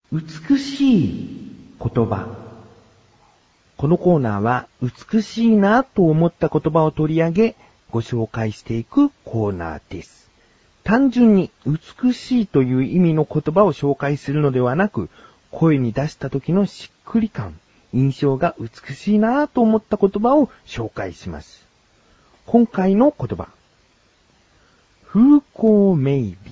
美しい言葉。このコーナーは美しいなと思った言葉を取り上げご紹介していくコーナーです。単純に美しいという意味の言葉を紹介するのではなく、声に出した時のしっくり感、印象が美しいなと思った言葉を紹介します。今回の言葉。風光明媚。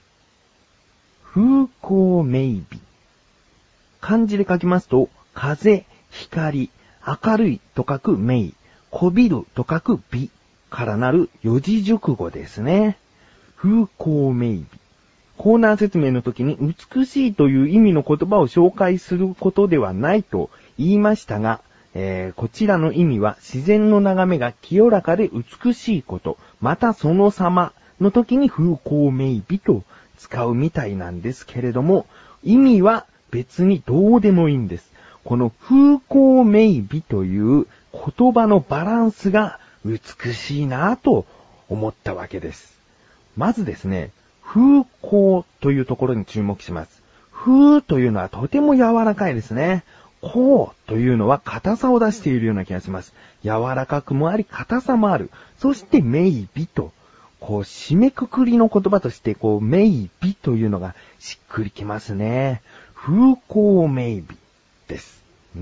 風光明媚。漢字で書きますと、風、光、明るいと書く明、こびると書く美からなる四字熟語ですね。風光明媚。コーナー説明の時に美しいという意味の言葉を紹介することではないと言いましたが、こちらの意味は自然の眺めが清らかで美しいこと、またその様の時に風光明媚と使うみたいなんですけれども、意味は別にどうでもいいんです。この風光明媚という言葉のバランスが美しいなと思ったわけです。まずですね、風光というところに注目します。風というのはとても柔らかいですね。光というのは硬さを出しているような気がします。柔らかくもあり硬さもある。そして明媚と、締めくくりの言葉として明媚というのがしっくりきますね。風光明媚です。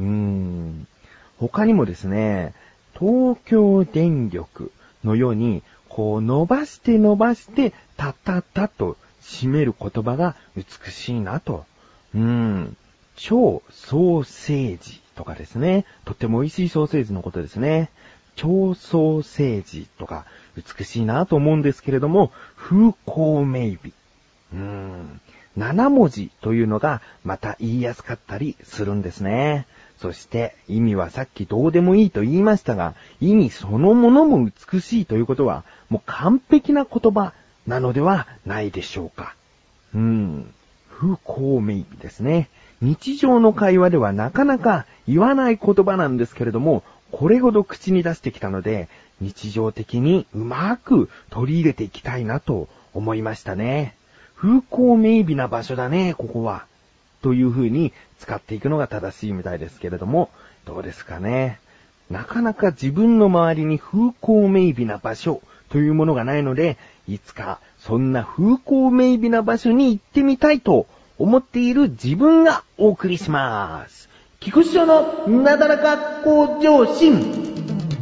他にもですね、東京電力のように伸ばしてタッタッタと締める言葉が美しいなと。超ソーセージとかですね。とっても美味しいソーセージのことですね。超ソーセージとか美しいなと思うんですけれども、風光明媚。7文字というのがまた言いやすかったりするんですね。そして意味はさっきどうでもいいと言いましたが、意味そのものも美しいということはもう完璧な言葉なのではないでしょうか。風光明媚ですね。日常の会話ではなかなか言わない言葉なんですけれども、これほど口に出してきたので、日常的にうまく取り入れていきたいなと思いましたね。風光明媚な場所だね、ここは。という風に使っていくのが正しいみたいですけれども、どうですかね。なかなか自分の周りに風光明媚な場所というものがないので、いつかそんな風光明媚な場所に行ってみたいと思っている自分がお送りします。菊師匠のなだらか向上心。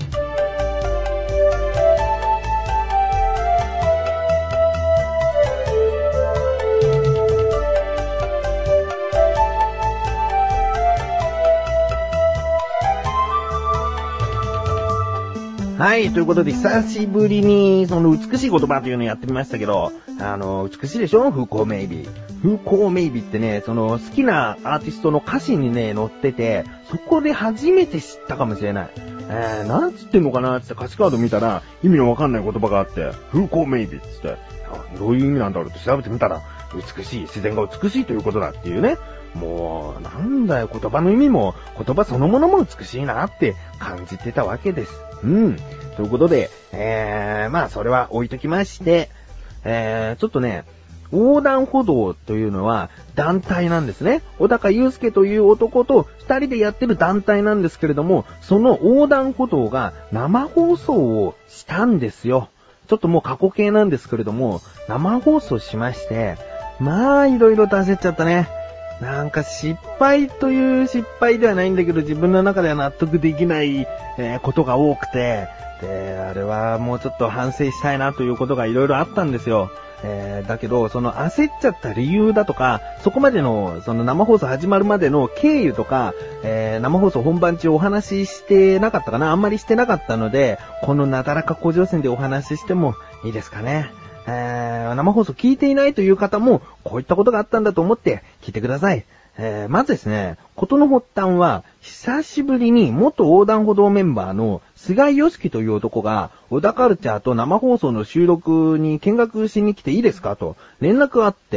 はい、ということで久しぶりにその美しい言葉というのをやってみましたけど、美しいでしょ？風光明媚。風光明媚ってね、その好きなアーティストの歌詞にね、載ってて、そこで初めて知ったかもしれない。なんつってんのかなって歌詞カード見たら意味のわかんない言葉があって、風光明媚っつって、どういう意味なんだろうって調べてみたら、美しい、自然が美しいということだっていうね。もう、なんだよ、言葉の意味も、言葉そのものも美しいなって感じてたわけです。ということで、それは置いときまして、ちょっとね、横断歩道というのは団体なんですね。小高祐介という男と二人でやってる団体なんですけれども、その横断歩道が生放送をしたんですよ。ちょっともう過去形なんですけれども、生放送しまして、いろいろと焦っちゃったね。なんか失敗という失敗ではないんだけど、自分の中では納得できない、ことが多くて、で、あれはもうちょっと反省したいなということがいろいろあったんですよ。だけど、その焦っちゃった理由だとか、そこまでの、その生放送始まるまでの経緯とか、生放送本番中お話ししてなかったかな？あんまりしてなかったので、このなだらか向上心でお話ししてもいいですかね。生放送聞いていないという方も、こういったことがあったんだと思って聞いてください。まずですね、ことの発端は、久しぶりに元横断歩道メンバーの菅井良樹という男が、小田カルチャーと生放送の収録に見学しに来ていいですかと連絡があって、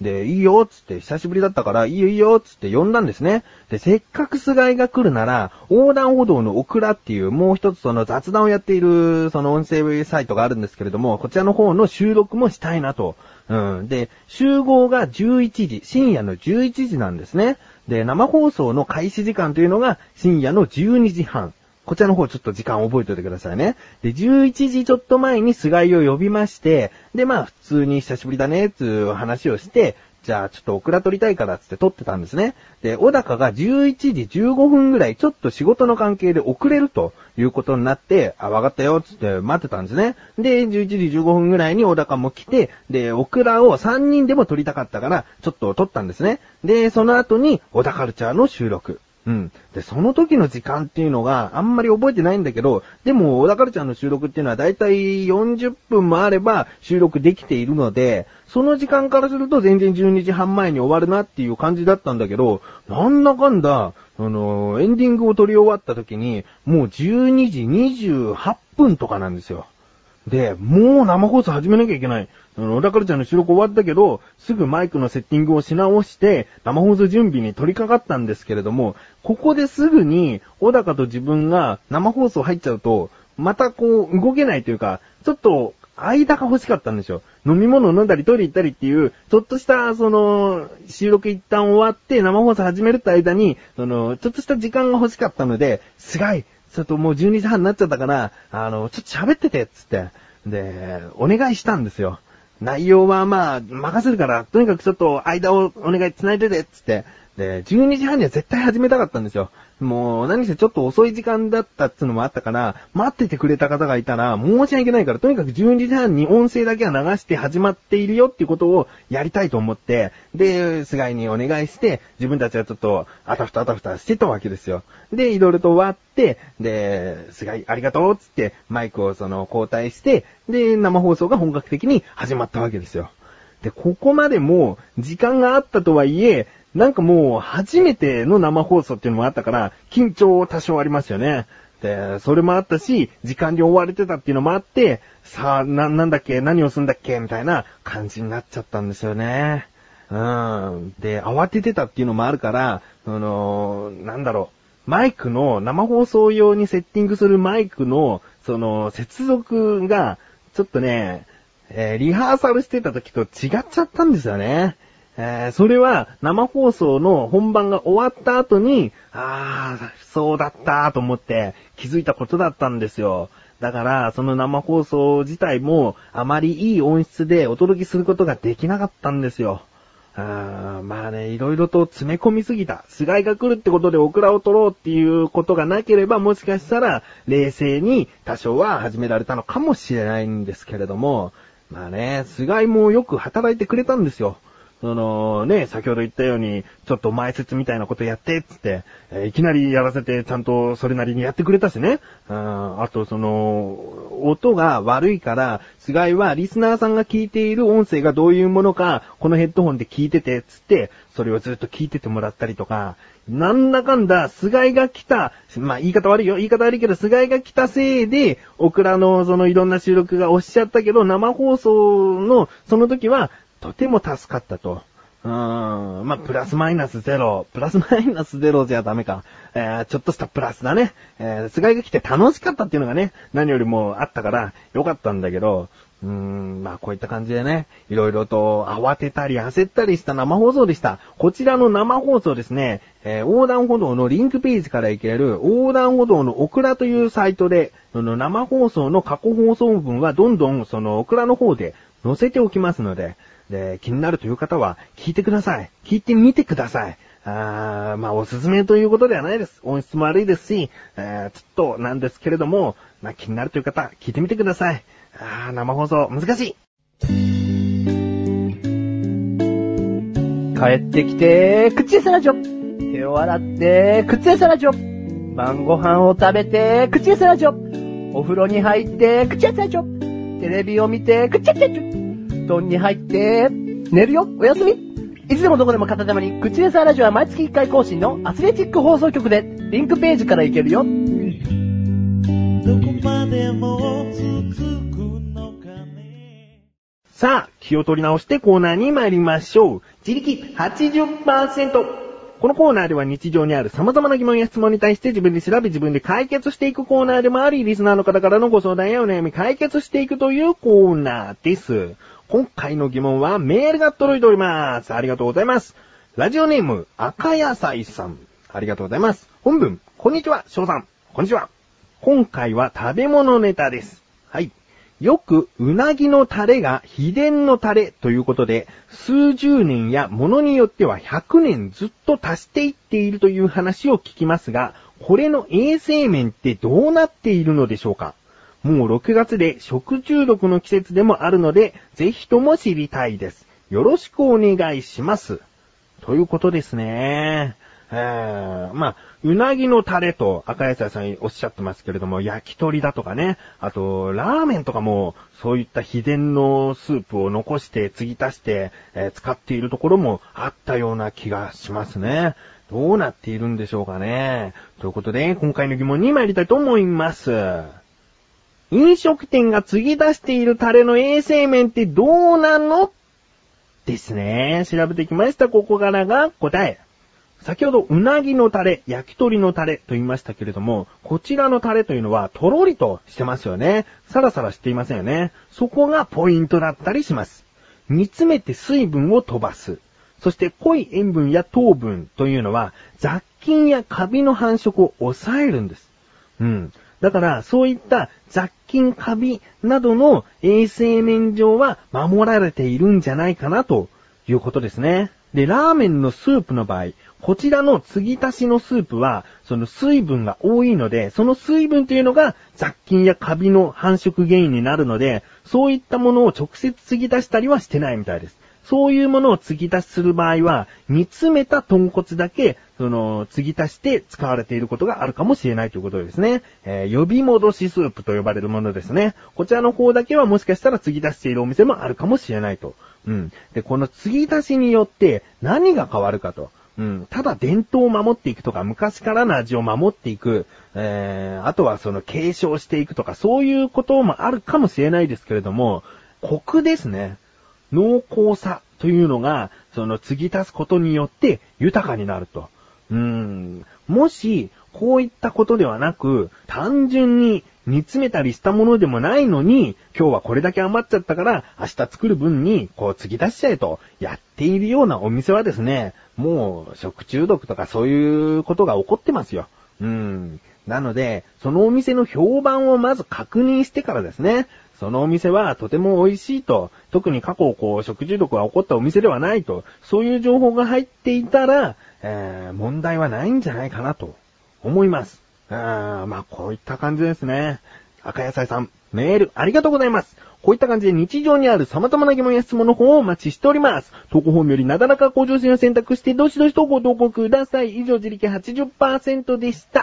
で、いいよつって久しぶりだったからいいよいいよつって呼んだんですね。で、せっかく菅井が来るなら、横断歩道のオクラっていうもう一つその雑談をやっているその音声サイトがあるんですけれども、こちらの方の収録もしたいなと。で、集合が11時、深夜の11時なんですね。で、生放送の開始時間というのが深夜の12時半。こちらの方ちょっと時間覚えておいてくださいね。で、11時ちょっと前に菅井を呼びまして、で、まあ普通に久しぶりだね、つう話をして、じゃあちょっとオクラ撮りたいからつって撮ってたんですね。で、小高が11時15分ぐらいちょっと仕事の関係で遅れるということになって、わかったよつって待ってたんですね。で、11時15分ぐらいに小高も来て、で、オクラを3人でも撮りたかったから、ちょっと撮ったんですね。で、その後に小高カルチャーの収録。で、その時の時間っていうのがあんまり覚えてないんだけど、でも、小田カルチャーの収録っていうのはだいたい40分もあれば収録できているので、その時間からすると全然12時半前に終わるなっていう感じだったんだけど、なんだかんだ、エンディングを撮り終わった時に、もう12時28分とかなんですよ。で、もう生放送始めなきゃいけない。小田カルチャーの収録終わったけど、すぐマイクのセッティングをし直して、生放送準備に取り掛かったんですけれども、ここですぐに、小高と自分が生放送入っちゃうと、またこう、動けないというか、ちょっと、間が欲しかったんですよ。飲み物飲んだりトイレ行ったりっていう、ちょっとした、収録一旦終わって生放送始めるって間に、ちょっとした時間が欲しかったので、菅井、ちょっともう12時半になっちゃったから、ちょっと喋ってて、つって。で、お願いしたんですよ。内容はまあ、任せるから、とにかくちょっと間をお願い繋いでて、つって。で、12時半には絶対始めたかったんですよ。もう、何せちょっと遅い時間だったっていうのもあったから、待っててくれた方がいたら、申し訳ないから、とにかく12時半に音声だけは流して始まっているよっていうことをやりたいと思って、で、菅井にお願いして、自分たちはちょっと、あたふたしてたわけですよ。で、いろいろと終わって、で、菅井ありがとうっつって、マイクを交代して、で、生放送が本格的に始まったわけですよ。で、ここまでも時間があったとはいえ、なんかもう初めての生放送っていうのもあったから、緊張多少ありますよね。で、それもあったし、時間に追われてたっていうのもあって、さあ、なんだっけ、何をすんだっけみたいな感じになっちゃったんですよね。で、慌ててたっていうのもあるから、なんだろう。マイクの生放送用にセッティングするマイクの、接続が、ちょっとね、リハーサルしてた時と違っちゃったんですよね。それは生放送の本番が終わった後に、そうだったと思って気づいたことだったんですよ。だから、その生放送自体もあまりいい音質でお届けすることができなかったんですよ。まあね、いろいろと詰め込みすぎた。菅井が来るってことでオクラを取ろうっていうことがなければ、もしかしたら冷静に多少は始められたのかもしれないんですけれども、まあね、菅井もよく働いてくれたんですよ。先ほど言ったように、ちょっと前説みたいなことやって、つって、いきなりやらせて、ちゃんとそれなりにやってくれたしね。あと音が悪いから、菅井はリスナーさんが聞いている音声がどういうものか、このヘッドホンで聞いてて、つって、それをずっと聞いててもらったりとか、なんだかんだ、菅井が来た、まあ言い方悪いけど、菅井が来たせいで、オクラのいろんな収録が押しちゃったけど、生放送のその時は、とても助かったと。まあ、プラスマイナスゼロじゃダメか。ちょっとしたプラスだね。菅井が来て楽しかったっていうのがね、何よりもあったから、よかったんだけど、まあ、こういった感じでね、いろいろと慌てたり焦ったりした生放送でした。こちらの生放送ですね、横断歩道のリンクページから行ける横断歩道のオクラというサイトで、生放送の過去放送分はどんどんオクラの方で載せておきますので、気になるという方は聞いてください。聞いてみてください。まあ、おすすめということではないです。音質も悪いですし、ちょっとなんですけれども、まあ、気になるという方、聞いてみてください。生放送、難しい。帰ってきて、口エサラジョ。手を洗って、口エサラジョ。晩ご飯を食べて、口エサラジョ。お風呂に入って、口エサラジョ。テレビを見て、口エサラジョ。布団に入って、寝るよ、おやすみ。いつでもどこでも片手間に、口エサラジオは毎月1回更新のアスレチック放送局で、リンクページから行けるよ。どこまでも続くのかね。さあ、気を取り直してコーナーに参りましょう。 自力 80%。このコーナーでは日常にある様々な疑問や質問に対して自分で調べ自分で解決していくコーナーでもあり、リスナーの方からのご相談やお悩み解決していくというコーナーです。今回の疑問はメールが届いております。ありがとうございます。ラジオネーム赤野菜さん。ありがとうございます。本文、こんにちは、翔さん。こんにちは。今回は食べ物ネタです。はい。よくうなぎのタレが秘伝のタレということで、数十年やものによっては100年ずっと足していっているという話を聞きますが、これの衛生面ってどうなっているのでしょうか？もう6月で食中毒の季節でもあるので、ぜひとも知りたいです。よろしくお願いします。ということですね。うなぎのタレと赤野菜さんおっしゃってますけれども、焼き鳥だとかね、あと、ラーメンとかも、そういった秘伝のスープを残して継ぎ足して、使っているところもあったような気がしますね。どうなっているんでしょうかね。ということで、今回の疑問に参りたいと思います。飲食店が継ぎ出しているタレの衛生面ってどうなの？ですね。調べてきました。ここからが答え。先ほどうなぎのタレ、焼き鳥のタレと言いましたけれども、こちらのタレというのはとろりとしてますよね。サラサラしていませんよね。そこがポイントだったりします。煮詰めて水分を飛ばす。そして濃い塩分や糖分というのは雑菌やカビの繁殖を抑えるんです。だからそういった雑菌カビなどの衛生面上は守られているんじゃないかなということですね。で、ラーメンのスープの場合、こちらの継ぎ足しのスープは、その水分が多いので、その水分というのが雑菌やカビの繁殖原因になるので、そういったものを直接継ぎ足したりはしてないみたいです。そういうものを継ぎ足しする場合は、煮詰めた豚骨だけ、継ぎ足して使われていることがあるかもしれないということですね。呼び戻しスープと呼ばれるものですね。こちらの方だけはもしかしたら継ぎ足しているお店もあるかもしれないと。で、この継ぎ足しによって何が変わるかと。ただ伝統を守っていくとか、昔からの味を守っていく、あとは継承していくとか、そういうこともあるかもしれないですけれども、コクですね。濃厚さというのが、継ぎ足すことによって豊かになると。もし、こういったことではなく、単純に煮詰めたりしたものでもないのに、今日はこれだけ余っちゃったから、明日作る分に、継ぎ出しちゃえと、やっているようなお店はですね、もう、食中毒とかそういうことが起こってますよ。なので、そのお店の評判をまず確認してからですね、そのお店はとても美味しいと、特に過去食中毒が起こったお店ではないと、そういう情報が入っていたら、問題はないんじゃないかなと思います。こういった感じですね。赤野菜さん、メールありがとうございます。こういった感じで日常にある様々な疑問や質問の方をお待ちしております。投稿フォームよりなだらか向上心を選択して、どしどしとご投稿ください。以上、自力 80% でした。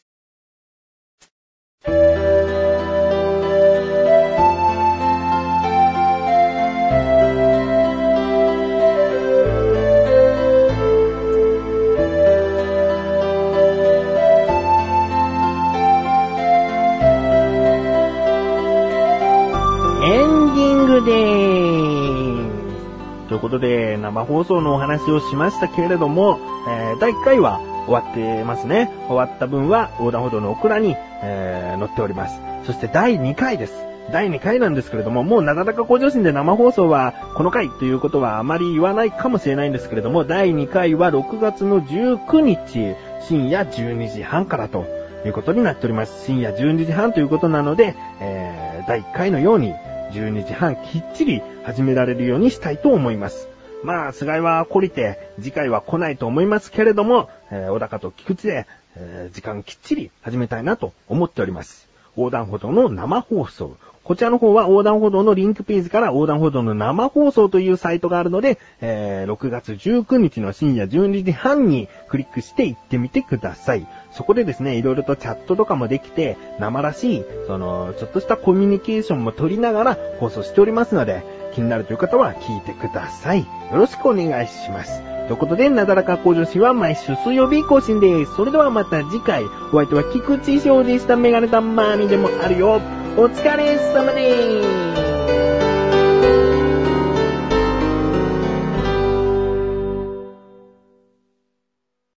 ということで、生放送のお話をしましたけれども、第1回は終わってますね。終わった分は横断歩道のオクラに、載っております。そして第2回です。第2回なんですけれども、もうなだらか向上心で生放送はこの回ということはあまり言わないかもしれないんですけれども、第2回は6月の19日深夜12時半からということになっております。深夜12時半ということなので、第1回のように12時半きっちり始められるようにしたいと思います。菅井は懲りて次回は来ないと思いますけれども、小高と菊池で、時間きっちり始めたいなと思っております。横断歩道の生放送。こちらの方は横断歩道のリンクページから横断歩道の生放送というサイトがあるので、6月19日の深夜12時半にクリックして行ってみてください。そこでですね、いろいろとチャットとかもできて、生らしい、ちょっとしたコミュニケーションも取りながら放送しておりますので、気になるという方は聞いてください。よろしくお願いします。ということで、なだらか向上心は毎週水曜日更新です。それではまた次回、お相手は菊池翔でした。メガネたまーにでもあるよ。お疲れ様です。